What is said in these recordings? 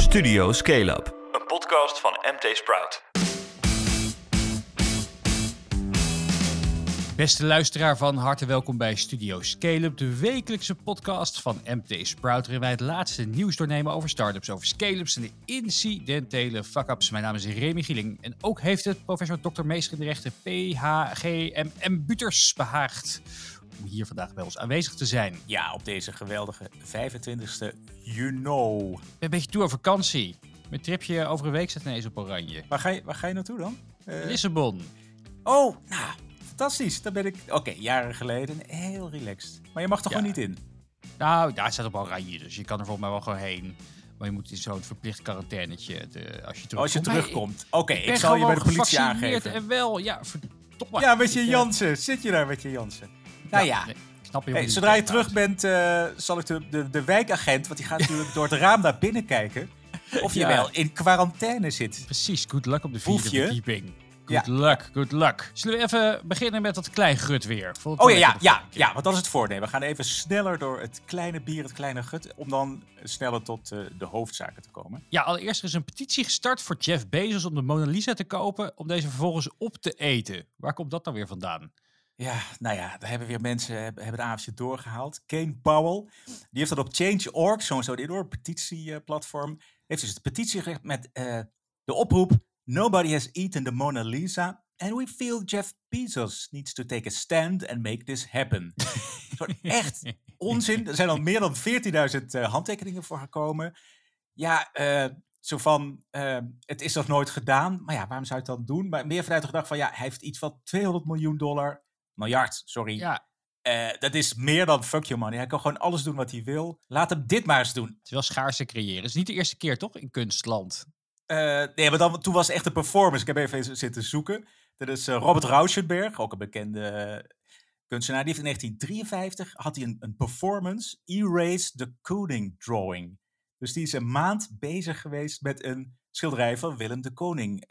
Studio Scale-Up, een podcast van MT Sprout. Beste luisteraar, van harte welkom bij Studio Scale-Up, de wekelijkse podcast van MT Sprout, waarin wij het laatste nieuws doornemen over startups, over scale-ups en de incidentele fuck-ups. Mijn naam is Remy Gieling en ook heeft het professor Dr. Meester in de Rechten PHGMM Buters behaagd om hier vandaag bij ons aanwezig te zijn. Ja, op deze geweldige 25e juni. Ik ben een beetje toe aan vakantie. Mijn tripje over een week staat ineens op oranje. Waar ga je naartoe dan? Lissabon. Oh, nou, fantastisch. Daar ben ik, jaren geleden, heel relaxed. Maar je mag toch gewoon niet in? Nou, daar staat op oranje, dus je kan er volgens mij wel gewoon heen. Maar je moet in zo'n verplicht quarantainetje als je terugkomt. Oké, ik zal je bij de politie aangeven. En wel, ja, verdomme. Ja, met je Jansen. Zit je daar met je Jansen? Nou ja. Nee, snap je zodra je terug bent, zal ik de wijkagent, want die gaat natuurlijk door het raam naar binnen kijken, of je wel in quarantaine zit. Precies, good luck op de vierde verdieping. Good luck. Zullen we even beginnen met dat klein gut weer? Ja, want dat is het voordeel. We gaan even sneller door het kleine bier, het kleine gut, om dan sneller tot de hoofdzaken te komen. Ja, allereerst is een petitie gestart voor Jeff Bezos om de Mona Lisa te kopen, om deze vervolgens op te eten. Waar komt dat dan weer vandaan? Ja, nou ja, daar hebben weer mensen hebben het avondje doorgehaald. Kane Powell, die heeft dat op Change.org, zo'n enorme petitieplatform, heeft dus de petitie gericht met de oproep: Nobody has eaten the Mona Lisa and we feel Jeff Bezos needs to take a stand and make this happen. Echt onzin. Er zijn al meer dan 14.000 handtekeningen voor gekomen. Ja, zo van, het is nog nooit gedaan. Maar ja, waarom zou je het dan doen? Maar meer vanuit de gedachte van, ja, hij heeft iets van $200 miljard, sorry. Ja. Dat is meer dan fuck your money. Hij kan gewoon alles doen wat hij wil. Laat hem dit maar eens doen. Het is wel schaarste creëren. Het is niet de eerste keer, toch, in kunstland? Nee, maar toen was het echt een performance. Ik heb even zitten zoeken. Dat is Robert Rauschenberg, ook een bekende kunstenaar. Die heeft in 1953 had hij een performance, Erase the Koning Drawing. Dus die is een maand bezig geweest met een schilderij van Willem de Koning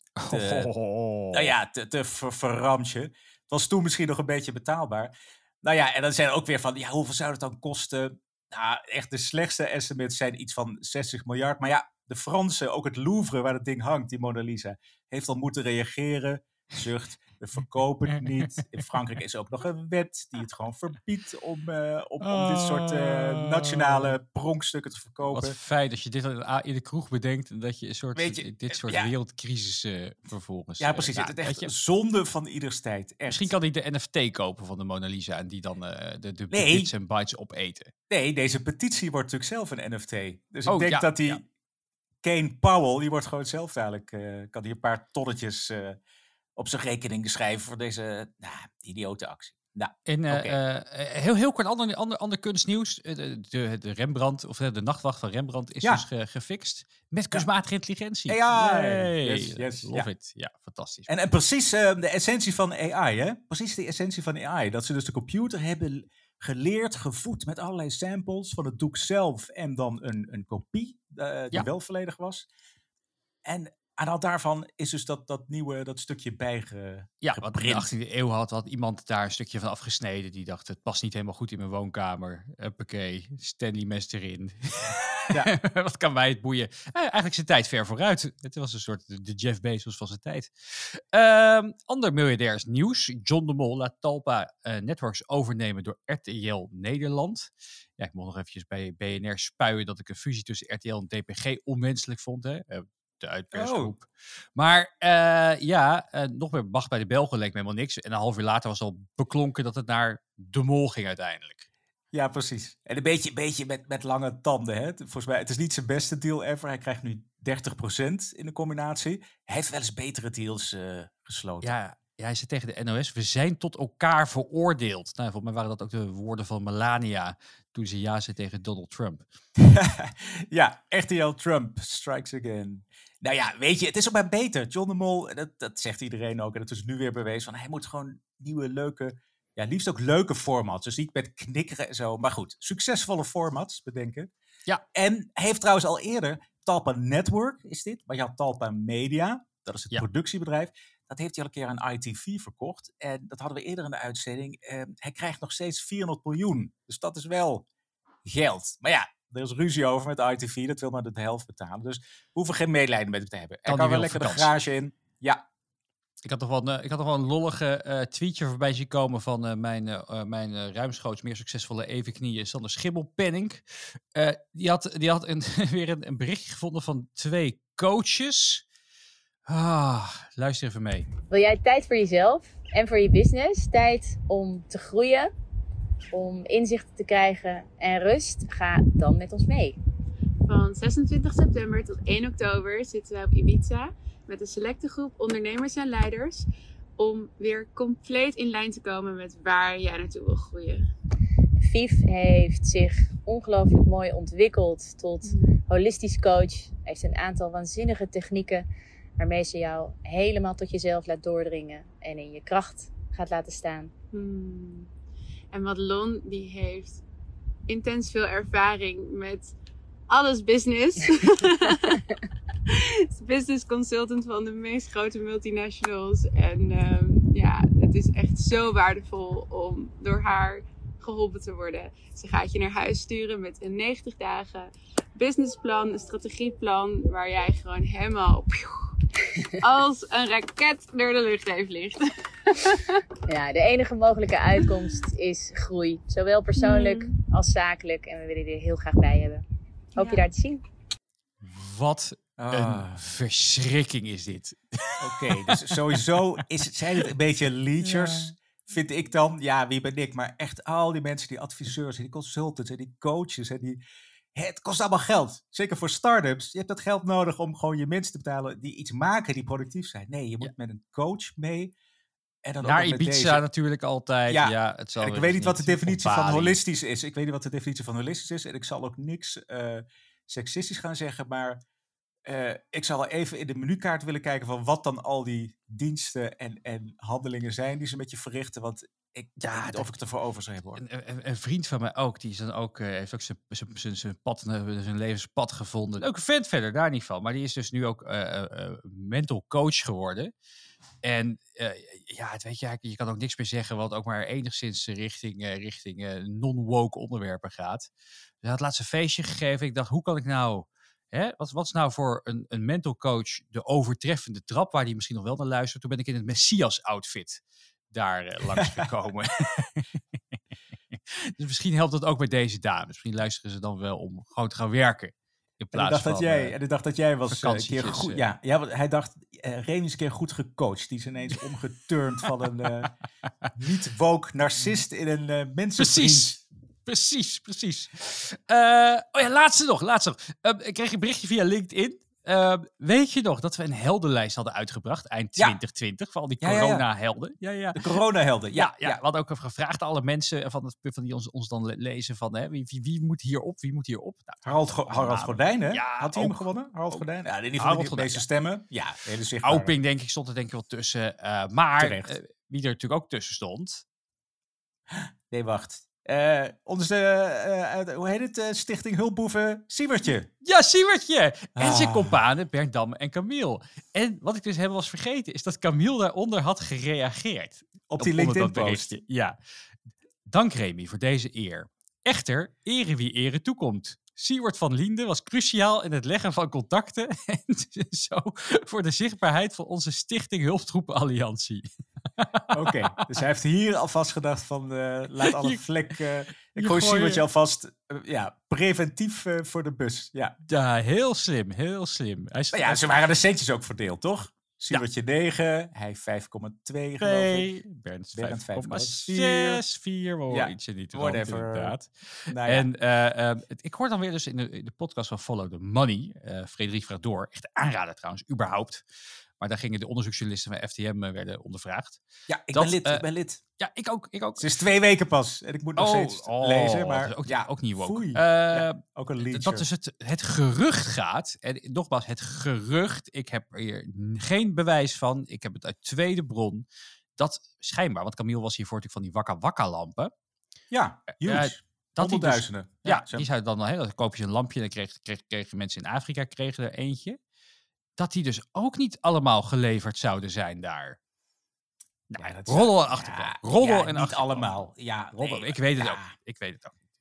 te verramsje. Het was toen misschien nog een beetje betaalbaar. Nou ja, en dan zijn er ook weer van, ja, hoeveel zou het dan kosten? Nou, echt de slechtste estimates zijn iets van 60 miljard. Maar ja, de Fransen, ook het Louvre waar het ding hangt, die Mona Lisa, heeft al moeten reageren. Zucht, we verkopen het niet. In Frankrijk is ook nog een wet die het gewoon verbiedt om dit soort nationale pronkstukken te verkopen. Wat feit dat je dit in de kroeg bedenkt en dat je dit soort wereldcrisis vervolgens... Ja, precies. Het is echt zonde van ieders tijd. Echt. Misschien kan hij de NFT kopen van de Mona Lisa en die dan de bits en bytes opeten. Nee, deze petitie wordt natuurlijk zelf een NFT. Dus ik denk dat die Kane Powell, die wordt gewoon zelf dadelijk, kan die een paar tonnetjes op zijn rekening schrijven voor deze idiote actie. Nou, heel kort ander kunstnieuws. De Rembrandt, of de nachtwacht van Rembrandt is dus gefixt. Met kunstmatige intelligentie. AI. Yes. Love it. Ja, fantastisch. En precies de essentie van AI, hè? Precies de essentie van AI. Dat ze dus de computer hebben geleerd, gevoed met allerlei samples van het doek zelf en dan een kopie die wel volledig was. En aan de hand daarvan is dus dat stukje bijgeprint. Ja, wat in de 18e eeuw had eigenlijk daar een stukje van afgesneden. Die dacht, het past niet helemaal goed in mijn woonkamer. Huppakee, Stanley mes erin. Ja. Wat kan mij het boeien? Eigenlijk zijn tijd ver vooruit. Het was een soort de Jeff Bezos van zijn tijd. Ander miljardairs nieuws. John de Mol laat Talpa Networks overnemen door RTL Nederland. Ja, ik mocht nog eventjes bij BNR spuien dat ik een fusie tussen RTL en DPG onwenselijk vond. Hè. De uitpersgroep. Maar nog meer macht bij de Belgen leek me helemaal niks. En een half uur later was al beklonken dat het naar de Mol ging uiteindelijk. Ja, precies. En een beetje met lange tanden. Hè? Volgens mij, het is niet zijn beste deal ever. Hij krijgt nu 30% in de combinatie. Hij heeft wel eens betere deals gesloten. Ja, hij zei tegen de NOS, we zijn tot elkaar veroordeeld. Nou, volgens mij waren dat ook de woorden van Melania toen ze ja zei tegen Donald Trump. Ja, RTL Trump strikes again. Nou ja, weet je, het is ook maar beter. John de Mol, dat zegt iedereen ook. En dat is nu weer bewezen. Van, hij moet gewoon nieuwe, leuke, liefst ook leuke formats. Dus niet met knikkeren en zo. Maar goed, succesvolle formats bedenken. Ja. En hij heeft trouwens al eerder, Talpa Network is dit. Maar je had Talpa Media, dat is het productiebedrijf. Dat heeft hij al een keer aan ITV verkocht. En dat hadden we eerder in de uitzending. Hij krijgt nog steeds 400 miljoen. Dus dat is wel geld. Maar ja, er is ruzie over met ITV. Dat wil maar de helft betalen. Dus we hoeven geen medelijden met hem te hebben. Kan Hij die kan wel weer op lekker de garage in. Ja. Ik had nog wel een lollige tweetje voorbij zien komen van mijn ruimschoots meer succesvolle evenknieën Sander Schibbelpenninck. Die had weer een berichtje gevonden van 2 coaches. Luister even mee. Wil jij tijd voor jezelf en voor je business? Tijd om te groeien, om inzichten te krijgen en rust? Ga dan met ons mee. Van 26 september tot 1 oktober zitten wij op Ibiza met een selecte groep ondernemers en leiders om weer compleet in lijn te komen met waar jij naartoe wil groeien. Vief heeft zich ongelooflijk mooi ontwikkeld tot holistisch coach. Hij heeft een aantal waanzinnige technieken waarmee ze jou helemaal tot jezelf laat doordringen en in je kracht gaat laten staan. En Madelon die heeft intens veel ervaring met alles business. Is business consultant van de meest grote multinationals. En het is echt zo waardevol om door haar geholpen te worden. Ze gaat je naar huis sturen met een 90 dagen businessplan, een strategieplan, waar jij gewoon helemaal als een raket door de lucht heen vliegt. Ja, de enige mogelijke uitkomst is groei. Zowel persoonlijk als zakelijk. En we willen je er heel graag bij hebben. Hoop je daar te zien. Wat een verschrikking is dit. Oké, dus sowieso zijn het een beetje leechers, vind ik dan. Ja, wie ben ik? Maar echt al die mensen, die adviseurs en die consultants en die coaches en die... Het kost allemaal geld. Zeker voor start-ups. Je hebt dat geld nodig om gewoon je mensen te betalen die iets maken, die productief zijn. Nee, je moet met een coach mee. En dan naar ook met Ibiza deze... natuurlijk altijd. Ja, het zal ik weet niet wat de definitie van holistisch is. Ik weet niet wat de definitie van holistisch is. En ik zal ook niks seksistisch gaan zeggen. Maar ik zal wel even in de menukaart willen kijken van wat dan al die diensten en handelingen zijn die ze met je verrichten. Want ik weet niet of ik het ervoor over zou hebben, hoor. Een vriend van mij ook, die is dan ook, heeft ook zijn levenspad gevonden. Ook een vent verder, daar niet van. Maar die is dus nu ook mental coach geworden. En weet je kan ook niks meer zeggen wat ook maar enigszins richting non-woke onderwerpen gaat. Dus hij had laatst een feestje gegeven. Ik dacht, hoe kan ik nou... Wat is nou voor een mental coach de overtreffende trap waar die misschien nog wel naar luistert? Toen ben ik in het Messias-outfit daar langs gekomen. Dus misschien helpt dat ook bij deze dames. Misschien luisteren ze dan wel om gewoon te gaan werken. In plaats van... En ik dacht dat jij was een keer goed... Ja, hij dacht, Remy is een keer goed gecoacht. Die is ineens omgeturnd van een niet-woke narcist in een mensenvriend. Precies. Laatste nog. Ik kreeg een berichtje via LinkedIn. Weet je nog dat we een heldenlijst hadden uitgebracht eind 2020 van al die corona-helden? Ja. De corona-helden, ja. We hadden ook gevraagd aan alle mensen van die ons dan lezen van wie moet hierop, wie moet hierop. Nou, Harald Gordijn, hè? Ja, had hij hem gewonnen? Harald Gordijn? Ja, in ieder geval de meeste stemmen. Ja, hele zichtbare. Auping, denk ik, stond er denk ik wel tussen. Maar wie er natuurlijk ook tussen stond... Nee, wacht. Hoe heet het? Stichting Hulpboeven, Siewertje. Ja, Siewertje. En zijn companen Bernd Damme en Camille. En wat ik dus helemaal was vergeten, is dat Camille daaronder had gereageerd. Op die LinkedIn-post. Ja. Dank Remy voor deze eer. Echter, ere wie ere toekomt. Siewert van Liende was cruciaal in het leggen van contacten en zo voor de zichtbaarheid van onze Stichting Hulptroepen Alliantie. Oké, dus hij heeft hier alvast gedacht van laat alle vlek... ik gooi Siewertje alvast preventief voor de bus. Ja, heel slim. Ze waren de centjes ook verdeeld, toch? Siewertje 9, hij 5,2 geloof ik. Bernd 5,6, 4, ietsje niet whatever. Inderdaad. Nou ja. En ik hoor dan weer dus in de podcast van Follow the Money, Frederik vraagt door, echt aanrader trouwens, überhaupt. Maar daar gingen de onderzoeksjournalisten van FTM werden onderverdevraagd. Ja, ik ben lid. Ja, ik ook. Het is 2 weken pas en ik moet nog steeds lezen. Maar ook niet woke. Ook een leader. Dat dus het gerucht gaat. En nogmaals, het gerucht. Ik heb hier geen bewijs van. Ik heb het uit tweede bron. Dat schijnbaar, want Camille was hiervoor natuurlijk van die wakka-wakka-lampen. Ja, huge. Honderdduizenden. Die zou dan dan koop je een lampje en dan kregen mensen in Afrika er eentje. Dat die dus ook niet allemaal geleverd zouden zijn daar. Nou, roddel en achterklap. Roddel en niet allemaal. Ja, roddel. Ik weet het ook.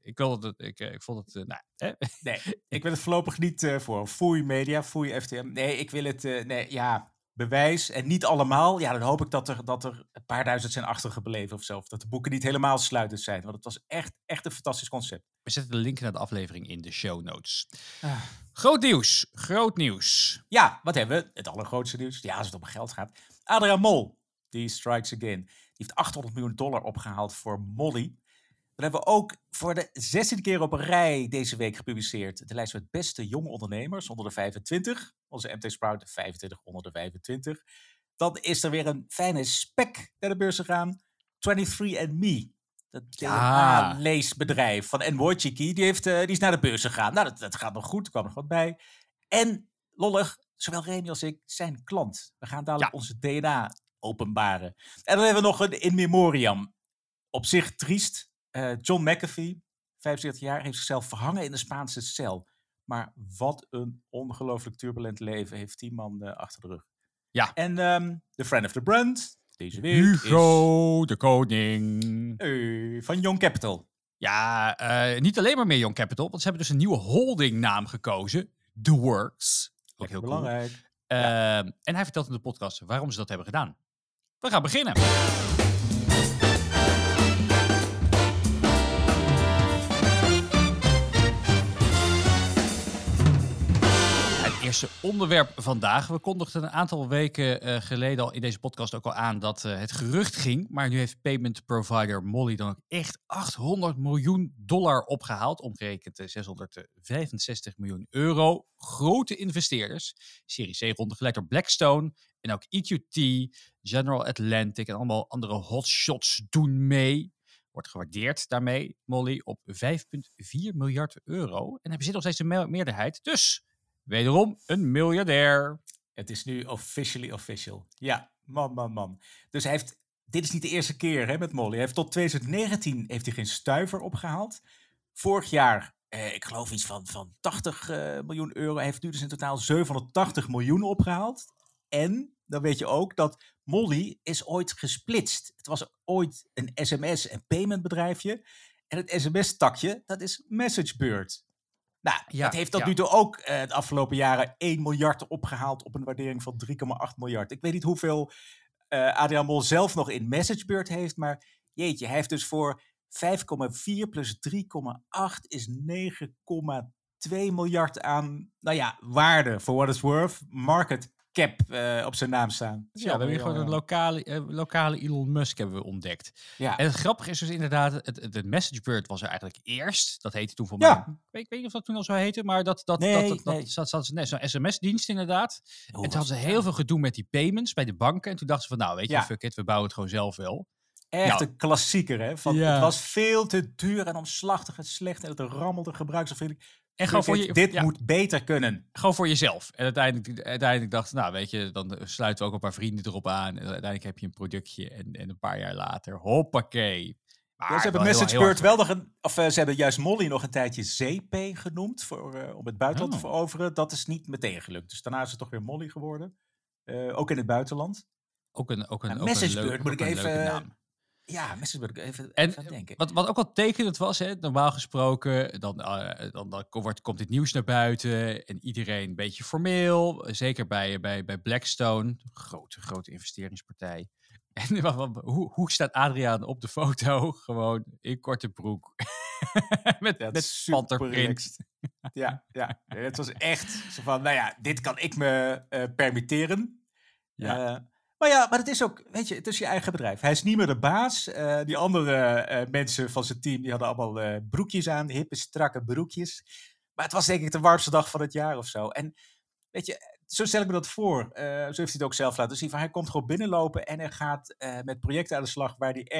Ik vond het... Nee, ik wil het voorlopig niet voor. Foei media, foei FTM. Nee, ik wil het... bewijs. En niet allemaal. Ja, dan hoop ik dat er een paar duizend zijn achtergebleven of zo. Of dat de boeken niet helemaal sluitend zijn. Want het was echt een fantastisch concept. We zetten de link naar de aflevering in de show notes. Ah. Groot nieuws. Ja, wat hebben we? Het allergrootste nieuws. Ja, als het om geld gaat. Adriaan Mol, die strikes again. Die heeft $800 miljoen opgehaald voor Molly. Dat hebben we ook voor de 16e keer op een rij deze week gepubliceerd. De lijst met beste jonge ondernemers onder de 25. Onze MT Sprout, 25 onder de 25. Dan is er weer een fijne spec naar de beurs gegaan. 23andMe. Dat DNA-leesbedrijf van Nwojciki, die is naar de beurs gegaan. Nou, dat gaat nog goed, er kwam nog wat bij. En, lollig, zowel Remy als ik zijn klant. We gaan dadelijk onze DNA openbaren. En dan hebben we nog een in memoriam. Op zich triest. John McAfee, 75 jaar, heeft zichzelf verhangen in de Spaanse cel. Maar wat een ongelooflijk turbulent leven heeft die man achter de rug. Ja. En de friend of the brand, deze week Hugo de Koning. Van Young Capital. Ja, niet alleen maar meer Young Capital, want ze hebben dus een nieuwe holdingnaam gekozen. The Works. Ook heel belangrijk. Cool. En hij vertelt in de podcast waarom ze dat hebben gedaan. We gaan beginnen. Eerste onderwerp vandaag. We kondigden een aantal weken geleden al in deze podcast ook al aan dat het gerucht ging. Maar nu heeft payment provider Molly dan ook echt $800 miljoen opgehaald. Omgerekend 665 miljoen euro. Grote investeerders. Serie C ronde geleid door Blackstone. En ook EQT, General Atlantic en allemaal andere hotshots doen mee. Wordt gewaardeerd daarmee, Molly, op €5,4 miljard. En hij bezit nog steeds een meerderheid. Dus... wederom een miljardair. Het is nu official. Ja, man. Dus dit is niet de eerste keer met Molly. Hij heeft tot 2019 heeft hij geen stuiver opgehaald. Vorig jaar, ik geloof iets van €80 miljoen. Hij heeft nu dus in totaal 780 miljoen opgehaald. En dan weet je ook dat Molly is ooit gesplitst. Het was ooit een sms- en paymentbedrijfje. En het sms-takje, dat is MessageBird. Nou, dat heeft tot nu toe ook de afgelopen jaren 1 miljard opgehaald op een waardering van 3,8 miljard. Ik weet niet hoeveel Adriaan Mol zelf nog in MessageBird heeft, maar jeetje, hij heeft dus voor 5,4 plus 3,8 is 9,2 miljard aan, waarde, for what it's worth, market cap op zijn naam staan. Ja, we hebben hier gewoon een lokale Elon Musk hebben we ontdekt. Ja. En het grappige is dus inderdaad, het MessageBird was er eigenlijk eerst. Dat heette toen voor mij. Ik weet niet of dat toen al zo heette, maar dat zat zo'n sms-dienst inderdaad. En toen hadden ze heel veel gedoe met die payments bij de banken. En toen dachten ze van, weet je, fuck it, we bouwen het gewoon zelf wel. Echt een klassieker, hè? Het was veel te duur en omslachtig en slecht en het rammelde gebruiksvriendelijk. En gewoon dit moet beter kunnen. Gewoon voor jezelf. En uiteindelijk dacht ik, weet je, dan sluiten we ook een paar vrienden erop aan. En uiteindelijk heb je een productje en een paar jaar later, hoppakee. Maar ze hebben MessageBird wel nog ze hebben juist Molly nog een tijdje ZP genoemd om het buitenland te veroveren. Dat is niet meteen gelukt. Dus daarna is het toch weer Molly geworden. Ook in het buitenland. Ook een MessageBird moet ik even... naam. Ja, MessageBird, even denken. Wat ook wel tekenend was, normaal gesproken, dan komt dit nieuws naar buiten en iedereen een beetje formeel. Zeker bij Blackstone, grote investeringspartij. En hoe staat Adriaan op de foto? Gewoon in korte broek. met panterprint. Ja, het was echt zo van, dit kan ik me permitteren. Ja. Maar het is ook, weet je, het is je eigen bedrijf. Hij is niet meer de baas. Die andere mensen van zijn team, die hadden allemaal broekjes aan. Hippe, strakke broekjes. Maar het was denk ik de warmste dag van het jaar of zo. En weet je, zo stel ik me dat voor. Zo heeft hij het ook zelf laten zien. Van, hij komt gewoon binnenlopen en hij gaat met projecten aan de slag waar hij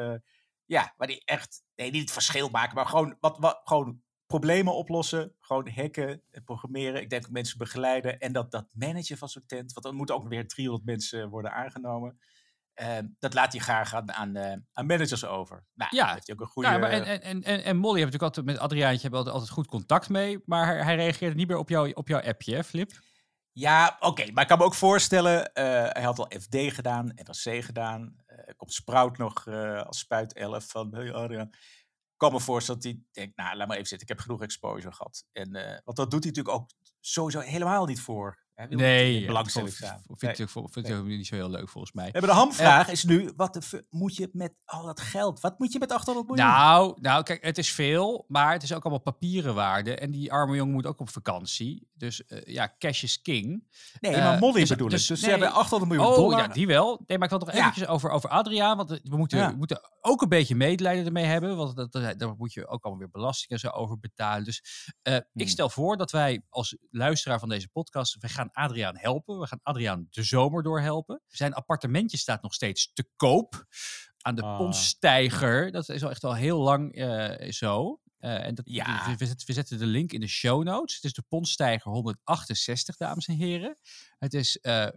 echt, niet het verschil maken, maar gewoon, gewoon problemen oplossen, gewoon hacken, programmeren. Ik denk ook mensen begeleiden en dat managen van zo'n tent. Want dan moeten ook weer 300 mensen worden aangenomen. Dat laat hij graag aan managers over. Nou, heeft hij ook een goede... Ja, maar en Molly heeft natuurlijk altijd met Adriaantje altijd goed contact mee. Maar hij reageerde niet meer op jouw appje, hè, Flip? Ja, oké. Maar ik kan me ook voorstellen, hij had al FD gedaan, NRC gedaan. Komt Sprout nog als spuitelf van, hey Adriaan. kan me voorstellen dat hij denkt, nou, laat maar even zitten. Ik heb genoeg exposure gehad. En, want dat doet hij natuurlijk ook sowieso helemaal niet voor. Hij wil niet in belangstelling staan. Vindt hij ook niet zo heel leuk volgens mij. We hebben de hamvraag is nu, wat moet je met al dat geld? Wat moet je met 800 miljoen? Nou, kijk, het is veel, maar het is ook allemaal papieren waarde. En die arme jongen moet ook op vakantie. Dus cash is king. Nee, maar Molly bedoel ik. Dus ze hebben 800 miljoen dollar. Ja, die wel. Nee, maar ik wil toch eventjes over Adriaan. Want we moeten ook een beetje medelijden ermee hebben. Want daar moet je ook allemaal weer belasting en zo over betalen. Dus ik stel voor dat wij als luisteraar van deze podcast, we gaan Adriaan helpen. We gaan Adriaan de zomer door helpen. Zijn appartementje staat nog steeds te koop aan de Pontsteiger. Dat is al echt al heel lang zo. We zetten de link in de show notes. Het is de Pontsteiger 168, dames en heren. Het is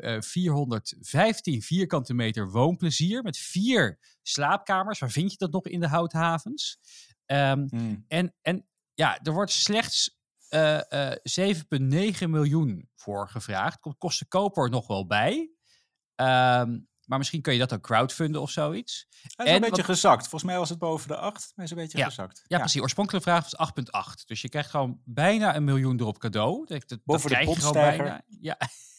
415 vierkante meter woonplezier met 4 slaapkamers. Waar vind je dat nog in de Houthavens? En er wordt slechts 7,9 miljoen voor gevraagd. Kost de koper nog wel bij. Maar misschien kun je dat ook crowdfunden of zoiets. Het is een beetje gezakt. Volgens mij was het boven de 8, maar is een beetje gezakt. Ja, precies. Oorspronkelijke vraag was 8,8. Dus je krijgt gewoon bijna 1 miljoen erop cadeau. Boven de Pontsteiger. Ja.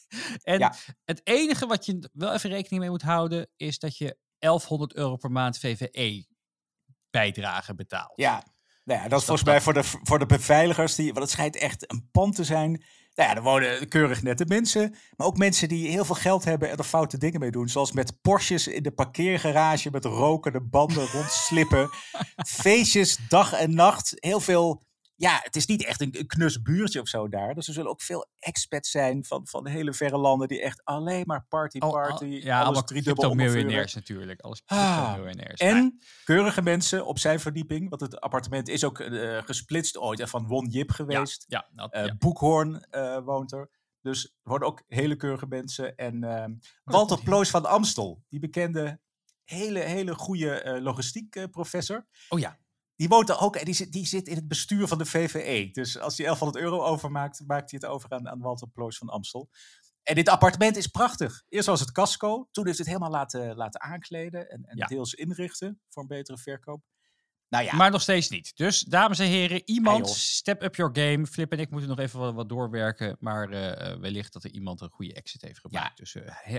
En het enige wat je wel even rekening mee moet houden, is dat je €1100 per maand VVE bijdrage betaalt. Ja. Nou ja, dat is volgens mij voor de beveiligers. Want het schijnt echt een pand te zijn. Nou ja, er wonen keurig nette mensen. Maar ook mensen die heel veel geld hebben en er foute dingen mee doen. Zoals met Porsches in de parkeergarage met rokende banden rondslippen. Feestjes dag en nacht. Heel veel. Ja, het is niet echt een knus buurtje of zo daar. Dus er zullen ook veel expats zijn van hele verre landen die echt alleen maar party. Alles driedubbel miljonairs natuurlijk. Alles miljonairs. En keurige mensen op zijn verdieping. Want het appartement is ook gesplitst ooit en van Won Jip geweest. Boekhoorn woont er. Dus er worden ook hele keurige mensen. En Walter Ploos van Amstel, die bekende hele goede logistiek professor. Oh ja. Die woont er ook en die zit in het bestuur van de VVE. Dus als hij €1100 overmaakt, maakt hij het over aan Walter Ploos van Amstel. En dit appartement is prachtig. Eerst was het casco. Toen heeft het helemaal laten aankleden en deels inrichten voor een betere verkoop. Nou ja. Maar nog steeds niet. Dus, dames en heren, iemand step up your game. Flip en ik moeten nog even wat doorwerken. Maar wellicht dat er iemand een goede exit heeft gemaakt. Ja. Dus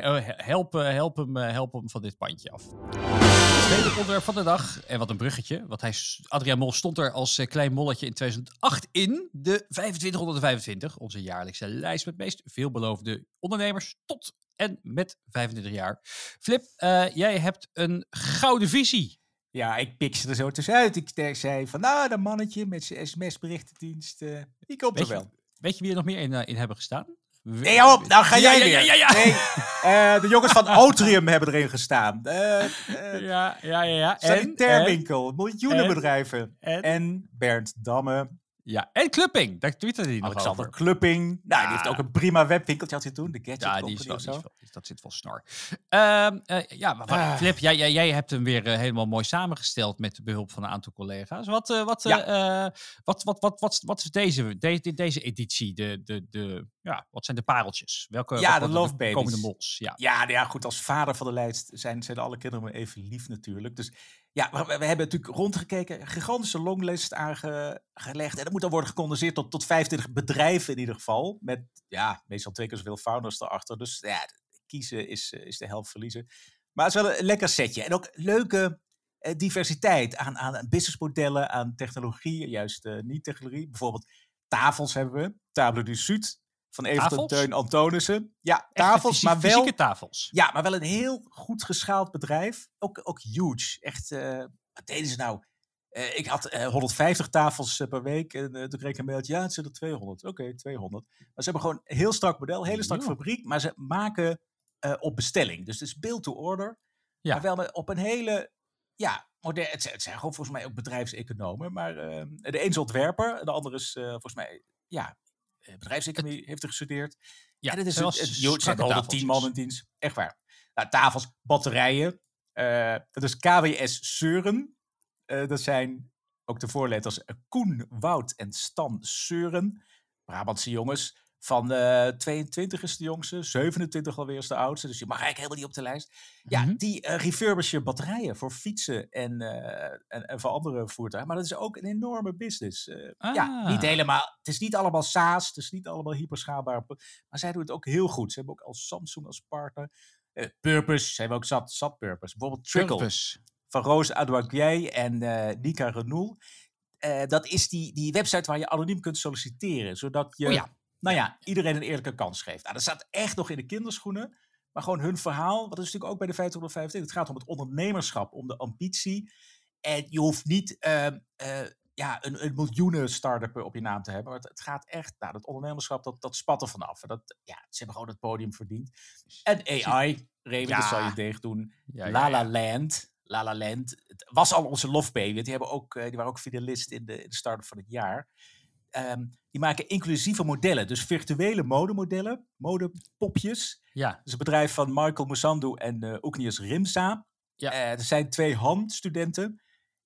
help hem van dit pandje af. Tweede onderwerp van de dag. En wat een bruggetje. Adriaan Mol stond er als klein molletje in 2008 in de 2525. Onze jaarlijkse lijst met meest veelbelovende ondernemers tot en met 25 jaar. Flip, jij hebt een gouden visie. Ja, ik pikte er zo tussenuit. Ik zei van, dat mannetje met zijn sms-berichtendienst, die komt er wel. Weet je wie er nog meer in hebben gestaan? Nee, nou ga jij weer. Ja. Nee, de jongens van Otrium hebben erin gestaan. Sanitairwinkel, miljoenenbedrijven. En Bernd Damme. Ja, en Clupping. Daar twitterde hij nog Alexander over. Clupping. Nou, die heeft ook een prima webwinkeltje had hij toen. De Gadget Company of zo. Dat zit wel snor. Flip, jij hebt hem weer helemaal mooi samengesteld met behulp van een aantal collega's. Wat is deze editie? Wat zijn de pareltjes? Welke de Love Babies. Komende mols? Ja, goed. Als vader van de lijst zijn alle kinderen me even lief natuurlijk. Dus ja, we hebben natuurlijk rondgekeken. Een gigantische longlist aangelegd. En dat moet dan worden gecondenseerd tot 25 bedrijven in ieder geval. Met meestal 2 keer zoveel founders erachter. Dus kiezen is de helft verliezen. Maar het is wel een lekker setje. En ook leuke diversiteit aan businessmodellen, aan technologie. Juist niet-technologie. Bijvoorbeeld tafels hebben we. Table du Sud. Van Evert Teun Antonissen. Ja, tafels, maar wel fysieke tafels. Ja, maar wel een heel goed geschaald bedrijf. Ook huge. Echt, wat deden ze nou? Ik had 150 tafels per week. En toen kreeg ik een mailtje. Ja, het zijn er 200. Oké, 200. Maar ze hebben gewoon een heel strak model, hele strak fabriek. Maar ze maken op bestelling. Dus het is build to order. Ja. Maar wel op een hele moderne. Het zijn gewoon volgens mij ook bedrijfseconomen. Maar de een is ontwerper. De ander is volgens mij bedrijfseconomie heeft er gestudeerd. Ja, en het is het zijn 110 man in dienst. Echt waar. Nou, tafels, batterijen. Dat is KWS Seuren. Dat zijn ook de voorletters Koen, Wout en Stan Seuren. Brabantse jongens. Van 22 is de jongste, 27 alweer is de oudste. Dus je mag eigenlijk helemaal niet op de lijst. Ja, die refurbishen batterijen voor fietsen en voor andere voertuigen. Maar dat is ook een enorme business. Ja, niet helemaal. Het is niet allemaal SaaS, het is niet allemaal hyperschaalbaar. Maar zij doen het ook heel goed. Ze hebben ook al Samsung als partner. Purpose, ze hebben ook zat Purpose. Bijvoorbeeld Trickle Purpose. van Rose Adouaguier en Nika Renoul. Dat is die website waar je anoniem kunt solliciteren. Zodat je iedereen een eerlijke kans geeft. Nou, dat staat echt nog in de kinderschoenen. Maar gewoon hun verhaal, wat is natuurlijk ook bij de 525. Het gaat om het ondernemerschap, om de ambitie. En je hoeft niet een miljoenen start-up op je naam te hebben. Maar het gaat echt, dat ondernemerschap, dat spat er vanaf. En ze hebben gewoon het podium verdiend. En AI, Reven, dat zal je tegen doen. La La Land. La La Land. Het was al onze lofbaby. Die waren ook finalist in de start-up van het jaar. Die maken inclusieve modellen. Dus virtuele modemodellen. Modepopjes. Ja. Dat is een bedrijf van Michael Musandu en Oegnius Rimsa. Ja. Er zijn 2 Han-studenten.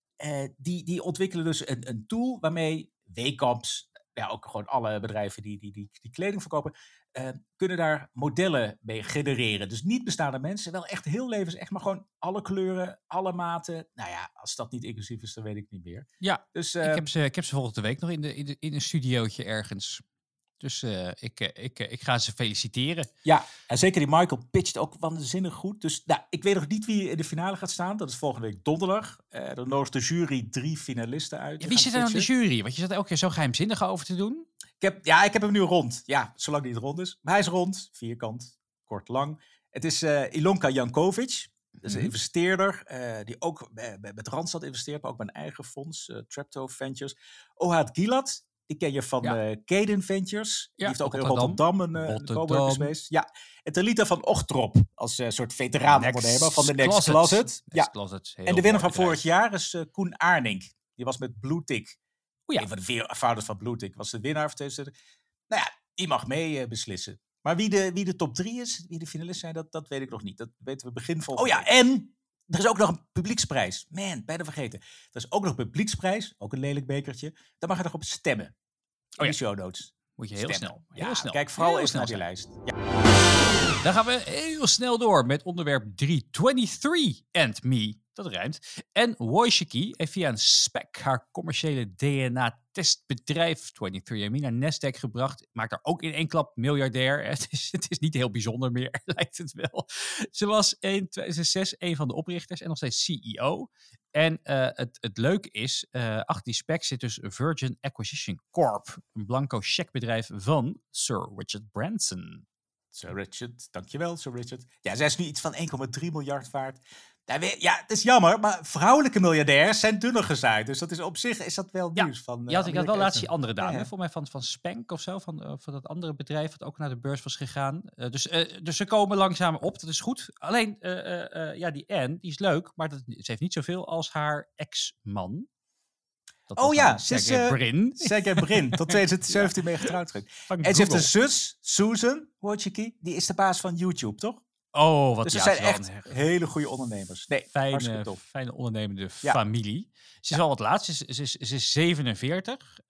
Die ontwikkelen dus een tool waarmee Wekamps, ook gewoon alle bedrijven die kleding verkopen, kunnen daar modellen mee genereren. Dus niet bestaande mensen, wel echt heel levensecht, maar gewoon alle kleuren, alle maten. Nou ja, als dat niet inclusief is, dan weet ik niet meer. Ja, dus, ik heb ze volgende week nog in een studiootje ergens. Dus ik ga ze feliciteren. Ja, en zeker die Michael pitcht ook waanzinnig goed. Dus ik weet nog niet wie in de finale gaat staan. Dat is volgende week donderdag. Dan nodigt de jury 3 finalisten uit. Ja, wie zit er aan de jury? Want je zat elke keer zo geheimzinnig over te doen. Ik heb hem nu rond. Ja, zolang die het rond is. Maar hij is rond, vierkant, kort, lang. Het is Ilonka Jankovic. Dat is een investeerder die ook met Randstad investeert, maar ook met een eigen fonds, Trepto Ventures. Ohad Gilad. Die ken je van Caden Ventures. Ja, die heeft ook in Rotterdam een coworking space. Ja, en Talita van Ochtrop als soort veteraanondernemer van de Next Closet. En de winnaar van vorig jaar is Koen Aarnink. Die was met Bluetick. Een van de founders van Bluetick was de winnaar van 2020. Nou ja, die mag mee beslissen. Maar wie de top 3 is, wie de finalisten zijn, dat weet ik nog niet. Dat weten we begin volgende week. En er is ook nog een publieksprijs. Man, bijna vergeten. Er is ook nog een publieksprijs. Ook een lelijk bekertje. Daar mag je nog op stemmen. In de show notes. Moet je heel snel. Heel snel. Kijk vooral eens naar die lijst. Ja. Dan gaan we heel snel door met onderwerp 323 and Me. Dat rijmt. En Wojcicki heeft via een SPAC haar commerciële DNA-testbedrijf 23andMe naar Nasdaq gebracht. Maakt haar ook in één klap miljardair. Het is niet heel bijzonder meer, lijkt het wel. Ze was in 2006 een van de oprichters en nog steeds CEO. En het leuke is, achter die SPAC zit dus Virgin Acquisition Corp. Een blanco checkbedrijf van Sir Richard Branson. Sir Richard, dankjewel Sir Richard. Ja, zij is nu iets van 1,3 miljard waard. Ja, het is jammer, maar vrouwelijke miljardairs zijn dunner gezaaid. Dus dat is op zich is dat wel nieuws. Ik had wel laatst die andere dame, voor mij van Spank of zo, van dat andere bedrijf dat ook naar de beurs was gegaan. Dus ze komen langzaam op, dat is goed. Alleen, die Anne, die is leuk, maar ze heeft niet zoveel als haar ex-man. Sergey Brin. Tot 2017 mee getrouwd geweest. En ze heeft een zus, Susan Wojcicki, die is de baas van YouTube, toch? Oh, wat dus ze zijn echt hele goede ondernemers. Nee, fijne ondernemende familie. Ze is al wat laat. Ze is 47.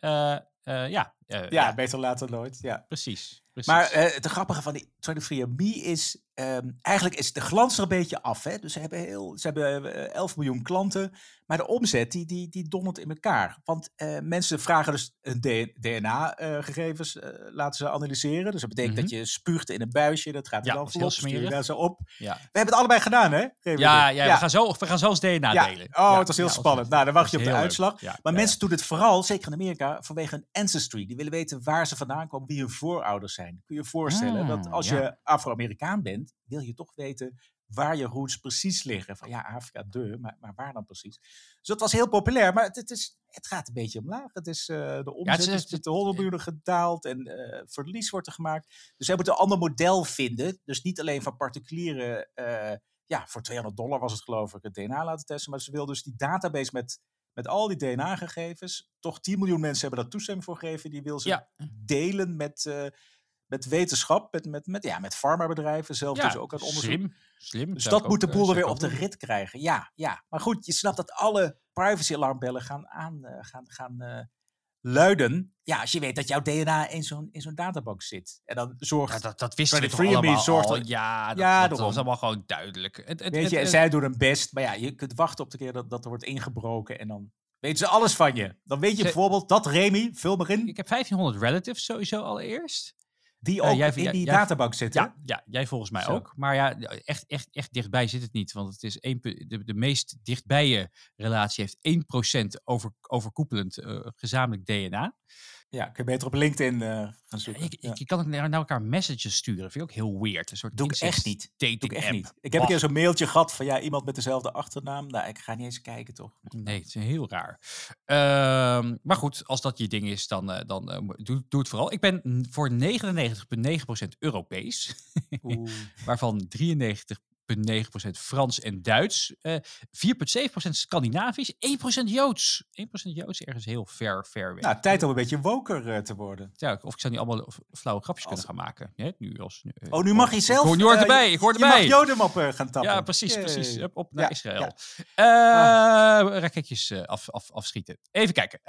Beter later nooit. Ja. Precies. Maar het grappige van die 23andMe is, eigenlijk is de glans er een beetje af. Hè? Dus ze hebben 11 miljoen klanten, maar de omzet die dondert in elkaar. Want mensen vragen dus hun DNA-gegevens, laten ze analyseren. Dus dat betekent dat je spuugt in een buisje, dat gaat er dan vlot, stuur je daar zo op. Ja. We hebben het allebei gedaan, hè? We gaan zo eens DNA delen. Het was heel spannend. Dan wacht je op de uitslag. Maar mensen doen het vooral, zeker in Amerika, vanwege een ancestry. Die willen weten waar ze vandaan komen, wie hun voorouders zijn. Kun je je voorstellen dat als je Afro-Amerikaan bent, wil je toch weten waar je roots precies liggen. Van Afrika, maar waar dan precies? Dus dat was heel populair, maar het gaat een beetje omlaag. Het is, de omzet is met de 100 miljoen gedaald en verlies wordt er gemaakt. Dus zij moeten een ander model vinden. Dus niet alleen van particulieren, voor $200 was het geloof ik, het DNA laten testen. Maar ze wil dus die database met al die DNA-gegevens, toch 10 miljoen mensen hebben daar toestemming voor gegeven. Die wil ze delen met wetenschap, met farmabedrijven, zelf dus ook aan het onderzoek. Slim. Dus dat moet de boel er weer op de rit krijgen. Ja. Maar goed, je snapt dat alle privacy-alarmbellen gaan luiden... Ja, als je weet dat jouw DNA in zo'n databank zit. En dan zorgt... Ja, dat wisten we toch 23andMe allemaal zorgt al. er- Ja, dat daarom. was allemaal gewoon duidelijk. Weet je, en zij doen hun best. Maar ja, je kunt wachten op de keer dat er wordt ingebroken. En dan weten ze alles van je. Dan weet je bijvoorbeeld dat Remy, vul maar in, Ik heb 1500 relatives sowieso allereerst. die ook jij- in die jij- databank zitten. Ja, jij volgens mij Zo. ook. Maar ja, echt dichtbij zit het niet. Want het is de meest dichtbij je relatie heeft 1% overkoepelend gezamenlijk DNA. Ja, kun je beter op LinkedIn gaan zoeken. Je kan ook naar elkaar messages sturen. Vind ik ook heel weird. Een soort Doe ik incest echt niet. dating Doe ik echt app. niet. Ik heb een keer zo'n mailtje gehad van iemand met dezelfde achternaam. Nou, ik ga niet eens kijken, toch? Nee, het is heel raar. Maar goed, als dat je ding is, dan doe het vooral. Ik ben voor 99,9% Europees. Oeh. Waarvan 93,9% Frans en Duits. 4,7% Scandinavisch. 1% Joods. 1% Joods ergens heel ver weg. Nou, tijd om een beetje woker te worden. Ja, of ik zou niet allemaal flauwe grapjes kunnen gaan maken. Ja, Nu mag je zelf... Ik hoor erbij, ik hoor Je erbij. mag Jodem op gaan tappen. Ja, precies. Hup, op naar Ja, Israël. ja. Raketjes afschieten. Even kijken.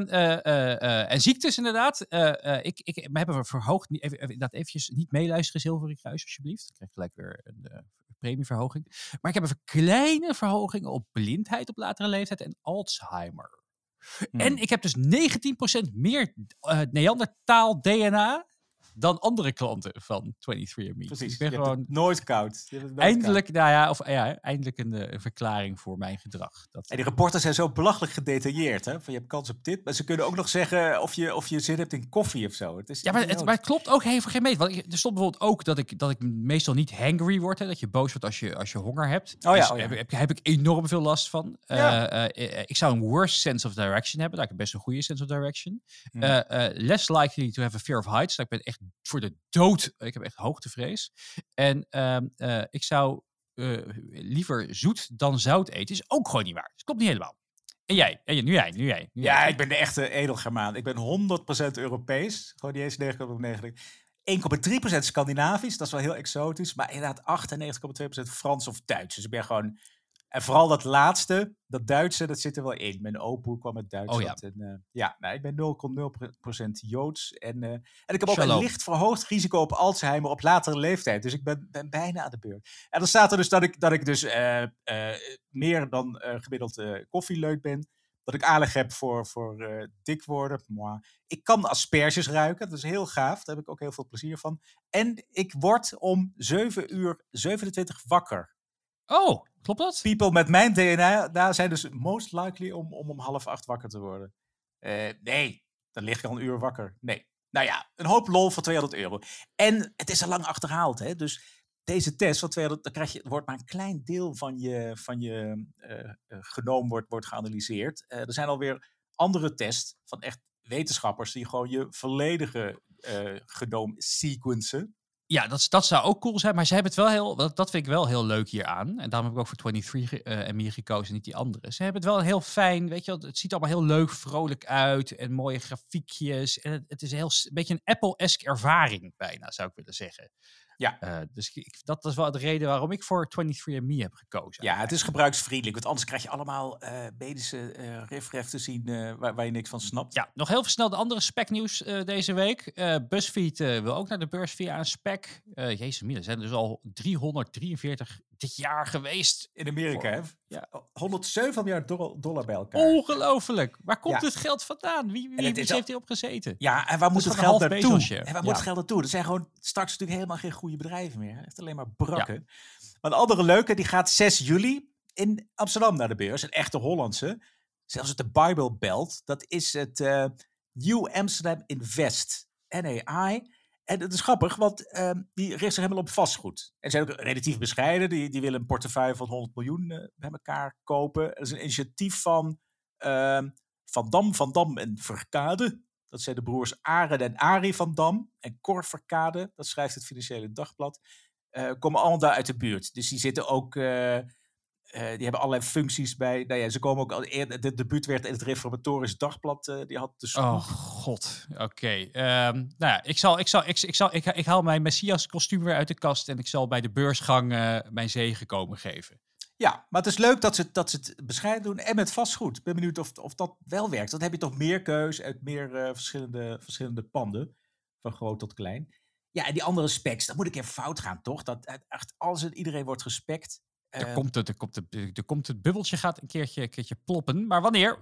En ziektes inderdaad. We hebben verhoogd. Even eventjes niet meeluisteren, Zilveren Kruis, alsjeblieft. Dan krijg je gelijk weer een premieverhoging. Maar ik heb een kleine verhoging op blindheid op latere leeftijd en Alzheimer. En ik heb dus 19% meer Neandertaal DNA dan andere klanten van 23andMe. Precies. Ik ben Je hebt gewoon het nooit koud. Je hebt het nooit eindelijk, eindelijk een verklaring voor mijn gedrag. En die rapporten zijn zo belachelijk gedetailleerd. Hè? Van je hebt kans op dit. Maar ze kunnen ook nog zeggen of je zin hebt in koffie of zo. Het is Ja, maar het klopt ook heel veel geen meet. Want er stond bijvoorbeeld ook dat ik meestal niet hangry word. Hè, dat je boos wordt als je honger hebt. Heb ik enorm veel last van. Ik zou een worse sense of direction hebben. Nou, ik heb best een goede sense of direction. Less likely to have a fear of heights. Ik ben echt voor de dood. Ik heb echt hoogtevrees. En ik zou liever zoet dan zout eten. Is ook gewoon niet waar. Dus klopt niet helemaal. En jij? Nu jij. Ja, ik ben de echte edelgermaan. Ik ben 100% Europees. Gewoon niet eens 9,9. 1,3% Scandinavisch. Dat is wel heel exotisch. Maar inderdaad 98,2% Frans of Duits. Dus ik ben gewoon... En vooral dat laatste, dat Duitse, dat zit er wel in. Mijn opa kwam uit Duitsland. Ik ben 0,0% Joods. En ik heb ook een licht verhoogd risico op Alzheimer op latere leeftijd. Dus ik ben bijna aan de beurt. En dan staat er dus dat ik dus meer dan gemiddeld koffieleut ben. Dat ik aanleg heb voor dik worden. Moi. Ik kan asperges ruiken. Dat is heel gaaf. Daar heb ik ook heel veel plezier van. En ik word om 7:27 wakker. Oh, klopt dat? People met mijn DNA zijn dus most likely om 7:30 wakker te worden. Nee, dan lig ik al een uur wakker. Nee. Nou ja, een hoop lol voor €200. En het is al lang achterhaald. Hè? Dus deze test van 200, dan wordt maar een klein deel van je genoom wordt geanalyseerd. Er zijn alweer andere tests van echt wetenschappers die gewoon je volledige genoom sequencen. Ja, dat zou ook cool zijn. Maar ze hebben het wel dat vind ik wel heel leuk hieraan. En daarom heb ik ook voor 23andMe gekozen, niet die andere. Ze hebben het wel heel fijn, weet je wel. Het ziet allemaal heel leuk, vrolijk uit. En mooie grafiekjes. En het is een beetje een Apple-esque ervaring bijna, zou ik willen zeggen. Ja. Dus dat is wel de reden waarom ik voor 23andMe heb gekozen. Ja, het is gebruiksvriendelijk. Want anders krijg je allemaal medische riff te zien waar je niks van snapt. Ja, nog heel snel de andere spec-nieuws deze week. BuzzFeed wil ook naar de beurs via een spec. Jezus, er zijn dus al 343 dit jaar geweest. In Amerika, hè? Ja. 107 miljard dollar bij elkaar. Ongelooflijk. Waar komt dit geld vandaan? Wie heeft hierop gezeten? Ja, en waar moet het geld naartoe? En moet het geld naartoe? Er zijn gewoon straks natuurlijk helemaal geen goede bedrijven meer. Het is alleen maar brakken. Ja. Maar een andere leuke, die gaat 6 juli in Amsterdam naar de beurs. Een echte Hollandse. Zelfs het de Bible Belt. Dat is het New Amsterdam Invest. NAI. En dat is grappig, want die richt zich helemaal op vastgoed. En zijn ook relatief bescheiden. Die willen een portefeuille van 100 miljoen bij elkaar kopen. Dat is een initiatief van Van Dam en Verkade. Dat zijn de broers Arend en Arie van Dam. En Cor Verkade, dat schrijft het Financiële Dagblad. Komen allemaal daar uit de buurt. Dus die zitten ook... die hebben allerlei functies bij. Nou ja, ze komen ook al eerder. De debuut werd in het Reformatorisch Dagblad. Die had de Oh god. Oké. Nou ja, ik haal mijn Messias kostuum weer uit de kast en ik zal bij de beursgang mijn zegen komen geven. Ja, maar het is leuk dat ze het bescheiden doen en met vastgoed. Ik ben benieuwd of dat wel werkt. Dan heb je toch meer keus uit meer verschillende panden, van groot tot klein. Ja, en die andere specs, dat moet een keer fout gaan, toch? Dat echt alles en iedereen wordt gespect. Er komt het bubbeltje gaat een keertje ploppen. Maar wanneer?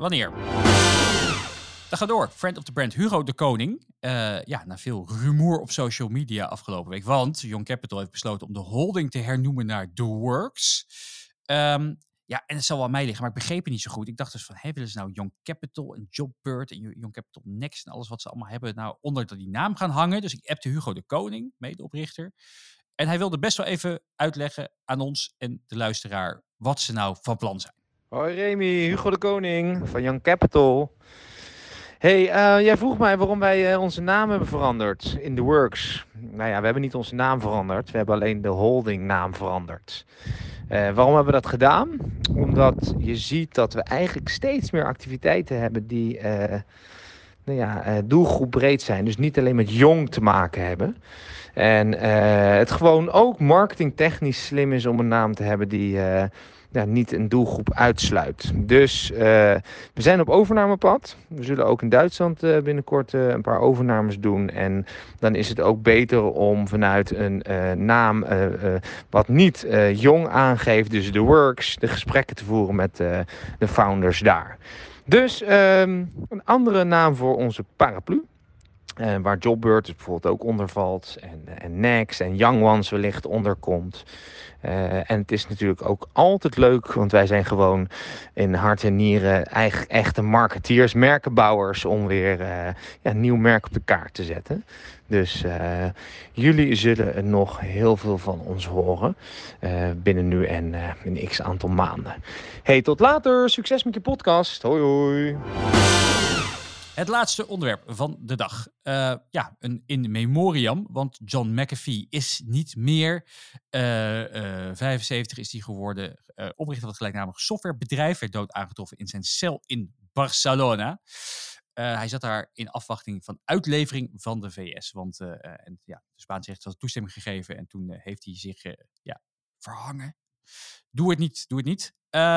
Dan gaat door. Friend of the brand Hugo de Koning. Na veel rumoer op social media afgelopen week. Want Young Capital heeft besloten om de holding te hernoemen naar The Works. En het zal wel aan mij liggen, maar ik begreep het niet zo goed. Ik dacht dus van, willen ze nou Young Capital en Jobbird en Young Capital Next en alles wat ze allemaal hebben nou onder die naam gaan hangen. Dus ik appte Hugo de Koning, medeoprichter. En hij wilde best wel even uitleggen aan ons en de luisteraar wat ze nou van plan zijn. Hoi Remy, Hugo de Koning van Young Capital. Hey, jij vroeg mij waarom wij onze naam hebben veranderd in The Works. Nou ja, we hebben niet onze naam veranderd. We hebben alleen de holdingnaam veranderd. Waarom hebben we dat gedaan? Omdat je ziet dat we eigenlijk steeds meer activiteiten hebben die doelgroepbreed zijn. Dus niet alleen met jong te maken hebben. En het gewoon ook marketingtechnisch slim is om een naam te hebben die niet een doelgroep uitsluit. Dus we zijn op overnamepad. We zullen ook in Duitsland binnenkort een paar overnames doen. En dan is het ook beter om vanuit een naam wat niet jong aangeeft, dus The Works, de gesprekken te voeren met de founders daar. Dus een andere naam voor onze paraplu. Waar Jobbird dus bijvoorbeeld ook onder valt. En Next en Young Ones wellicht onder komt. En het is natuurlijk ook altijd leuk. Want wij zijn gewoon in hart en nieren echte marketeers, merkenbouwers. Om weer een nieuw merk op de kaart te zetten. Dus jullie zullen nog heel veel van ons horen. Binnen nu en een x aantal maanden. Hey, tot later. Succes met je podcast. Hoi hoi. Het laatste onderwerp van de dag. Een in memoriam, want John McAfee is niet meer. 75 is hij geworden. Oprichter van het gelijknamige softwarebedrijf. Werd dood aangetroffen in zijn cel in Barcelona. Hij zat daar in afwachting van uitlevering van de VS. Want de Spaanse rechter had toestemming gegeven. En toen heeft hij zich verhangen. Doe het niet.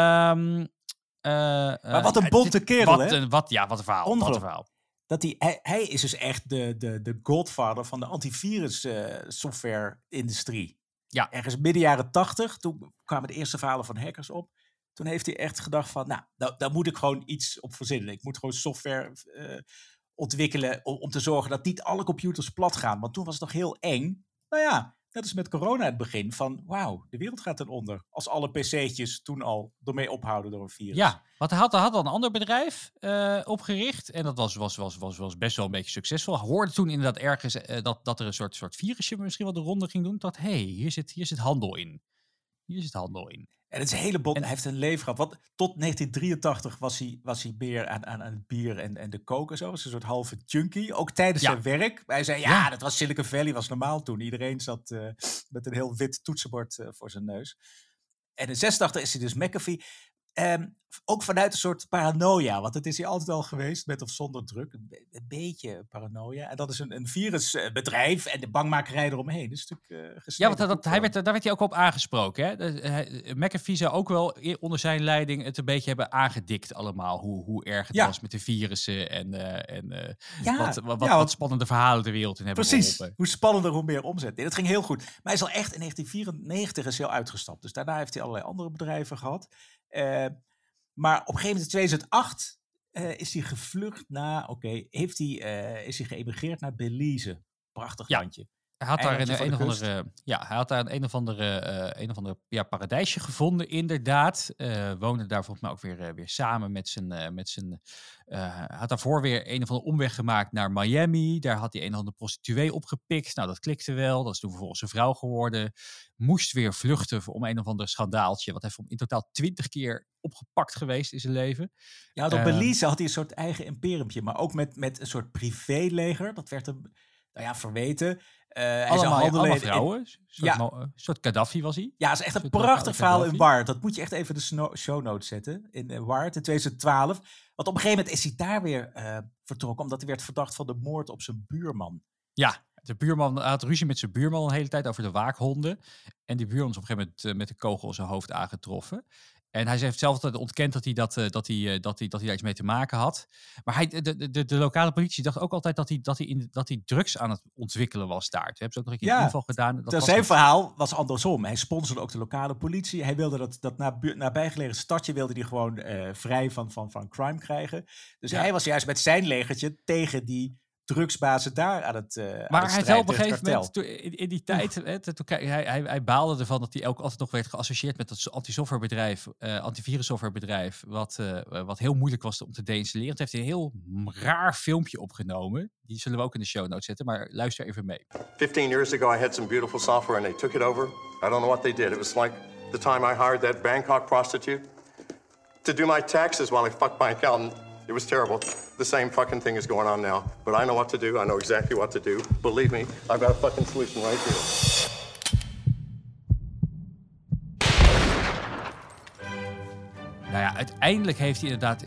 Maar wat een bonte kerel, hè? Wat een verhaal. Dat hij is dus echt de godfather van de antivirus software-industrie. Ja. Ergens midden jaren 80, toen kwamen de eerste verhalen van hackers op. Toen heeft hij echt gedacht van, daar moet ik gewoon iets op verzinnen. Ik moet gewoon software ontwikkelen om te zorgen dat niet alle computers plat gaan. Want toen was het nog heel eng. Net als met corona het begin van, wauw, de wereld gaat ten onder. Als alle pc'tjes toen al ermee ophouden door een virus. Ja, want hij had al een ander bedrijf opgericht. En dat was best wel een beetje succesvol. Hij hoorde toen inderdaad ergens dat er een soort virusje misschien wel de ronde ging doen. Ik dacht, hier zit handel in. En het is een hele hij heeft een leven gehad. Tot 1983 was hij meer aan het bier en de coke en zo. Was een soort halve junkie. Ook tijdens zijn werk. Hij zei, dat was Silicon Valley, was normaal toen. Iedereen zat met een heel wit toetsenbord voor zijn neus. En in 86 is hij dus McAfee. Ook vanuit een soort paranoia. Want het is hij altijd al geweest, met of zonder druk. Een beetje paranoia. En dat is een virusbedrijf en de bangmakerij eromheen. Dat is natuurlijk want daar werd hij ook op aangesproken. Hè? McAfee zou ook wel onder zijn leiding het een beetje hebben aangedikt allemaal. Hoe erg het was met de virussen en wat spannende verhalen de wereld in hebben geholpen. Precies, hoe spannender, hoe meer omzet. Nee, dat ging heel goed. Maar hij is al echt in 1994 is hij al uitgestapt. Dus daarna heeft hij allerlei andere bedrijven gehad. Maar op een gegeven moment in 2008 is hij gevlucht naar, is hij geëmigreerd naar Belize. Prachtig landje. Hij had daar een of andere paradijsje gevonden, inderdaad. Woonde daar volgens mij ook weer samen met zijn had daarvoor weer een of andere omweg gemaakt naar Miami. Daar had hij een of andere prostituee opgepikt. Nou, dat klikte wel. Dat is toen vervolgens een vrouw geworden. Moest weer vluchten om een of ander schandaaltje. Wat hij in totaal 20 keer opgepakt geweest in zijn leven. Ja, op Belize had hij een soort eigen imperiumpje. Maar ook met een soort privéleger. Dat werd hem verweten. Allemaal vrouwen. Een soort Gaddafi was hij. Ja, het is echt een prachtig verhaal in Wired. Dat moet je echt even de show notes zetten. In Wired in 2012. Want op een gegeven moment is hij daar weer vertrokken. Omdat hij werd verdacht van de moord op zijn buurman. Ja, De buurman had ruzie met zijn buurman een hele tijd over de waakhonden. En die buurman is op een gegeven moment met een kogel in zijn hoofd aangetroffen. En hij heeft zelf altijd ontkend dat hij daar iets mee te maken had. Maar de lokale politie dacht ook altijd dat hij drugs aan het ontwikkelen was daar. Toen hebben ze ook nog een keer een inval gedaan. Zijn verhaal was andersom. Hij sponsorde ook de lokale politie. Hij wilde dat nabijgelegen stadje wilde hij gewoon vrij van crime krijgen. Dus hij was juist met zijn legertje tegen die drugsbazen daar aan het maar hij zei op een gegeven moment, in die tijd, hij baalde ervan dat hij ook altijd nog werd geassocieerd met dat anti-softwarebedrijf, antivirussoftwarebedrijf, wat heel moeilijk was om te deinstalleren. Toen heeft hij een heel raar filmpje opgenomen. Die zullen we ook in de show notes zetten, maar luister even mee. 15 years ago I had some beautiful software and they took it over. I don't know what they did. It was like the time I hired that Bangkok prostitute to do my taxes while I fucked my accountant. It was terrible. The same fucking thing is going on now. But I know what to do. I know exactly what to do. Believe me, I've got a fucking solution right here. Nou ja, uiteindelijk heeft hij inderdaad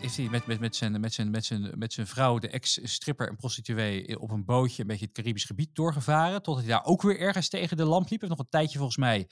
met zijn vrouw, de ex-stripper en prostituee, op een bootje een beetje het Caribisch gebied doorgevaren. Totdat hij daar ook weer ergens tegen de lamp liep. Hij heeft nog een tijdje volgens mij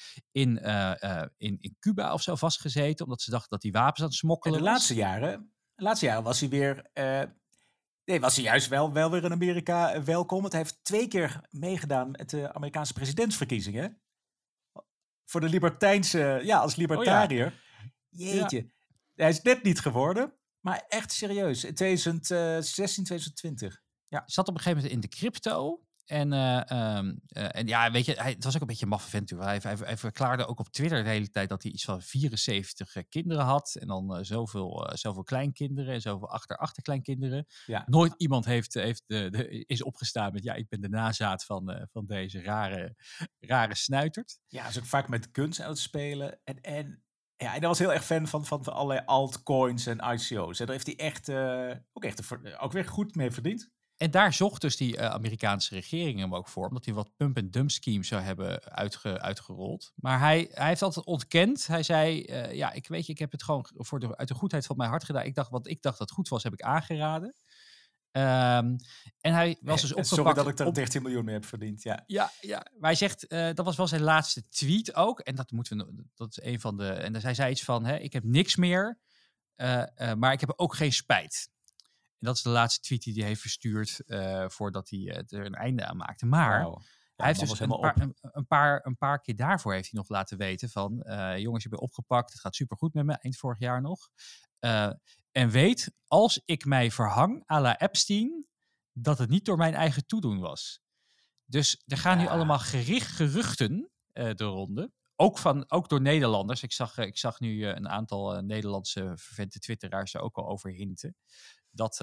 in Cuba of zo vastgezeten. Omdat ze dachten dat hij wapens aan het smokkelen was. De laatste jaren was hij weer... was hij juist wel weer in Amerika welkom. Want hij heeft 2 keer meegedaan met de Amerikaanse presidentsverkiezingen. Voor de libertijnse... als libertariër. Oh ja. Jeetje. Ja. Hij is net niet geworden. Maar echt serieus. In 2016, 2020. Ja. Zat op een gegeven moment in de crypto. En ja, weet je, het was ook een beetje een maffe vent. Hij verklaarde ook op Twitter de hele tijd dat hij iets van 74 kinderen had. En dan zoveel kleinkinderen en zoveel achterkleinkinderen. Ja. Nooit iemand is opgestaan met, ik ben de nazaat van deze rare snuitert. Ja, hij is ook vaak met kunst aan het spelen. En hij was heel erg fan van allerlei altcoins en ICO's. En daar heeft hij echt ook weer goed mee verdiend. En daar zocht dus die Amerikaanse regering hem ook voor, omdat hij wat pump-and-dump schemes zou hebben uitgerold. Maar hij heeft altijd ontkend. Hij zei, ik heb het gewoon uit de goedheid van mijn hart gedaan. Ik dacht dat het goed was, heb ik aangeraden. En hij was dus opgepakt. Sorry dat ik er 13 miljoen mee heb verdiend. Ja. Maar hij zegt, dat was wel zijn laatste tweet ook. En dat is een van de. En hij zei iets van, ik heb niks meer, maar ik heb ook geen spijt. En dat is de laatste tweet die hij heeft verstuurd voordat hij er een einde aan maakte. Maar hij heeft dus een paar keer daarvoor heeft hij nog laten weten van, jongens, ik ben opgepakt, het gaat supergoed met me, eind vorig jaar nog. En weet, als ik mij verhang à la Epstein, dat het niet door mijn eigen toedoen was. Dus er gaan nu allemaal geruchten de ronde. Ook door Nederlanders. Ik zag nu een aantal Nederlandse vervente twitteraars er ook al over hinten. Dat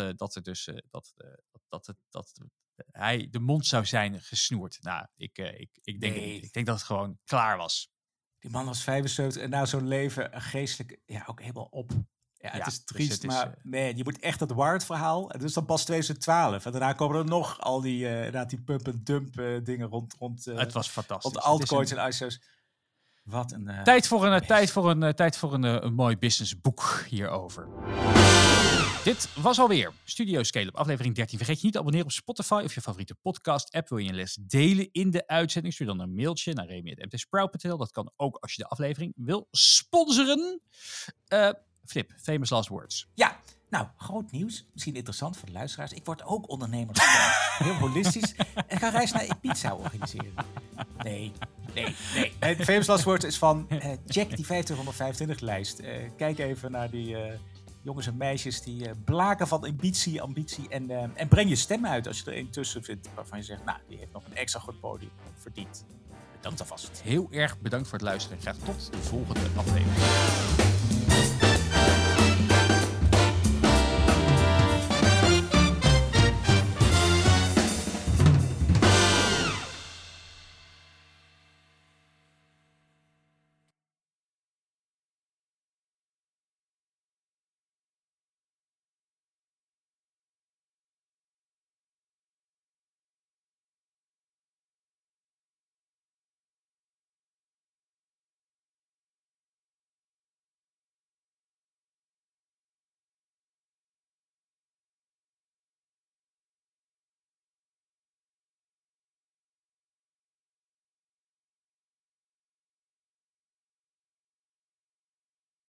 hij de mond zou zijn gesnoerd. Nou, ik denk dat het gewoon klaar was. Die man was 75 en na zo'n leven geestelijk ook helemaal op. Ja, het is triest, dus man, je moet echt dat Wired-verhaal. Het is dan pas 2012. En daarna komen er nog al die pump-and-dump dingen rond. Het was fantastisch. Rond altcoins en ICO's. Wat een... Tijd voor een mooi businessboek hierover. Dit was alweer Studio Scale-up, aflevering 13. Vergeet je niet te abonneren op Spotify of je favoriete podcast-app. Wil je een les delen in de uitzending? Stuur dan een mailtje naar remy@mtsprout.nl. Dat kan ook als je de aflevering wil sponsoren. Flip, famous last words. Ja, nou, groot nieuws. Misschien interessant voor de luisteraars. Ik word ook ondernemer. Heel holistisch. En ga reis naar Ibiza organiseren. Nee. Het famous last words is van check die 50-125-lijst. Kijk even naar die jongens en meisjes die blaken van ambitie. En breng je stem uit als je er een tussen vindt waarvan je zegt, nou, die heeft nog een extra goed podium verdiend. Bedankt alvast. Heel erg bedankt voor het luisteren. Graag tot de volgende aflevering.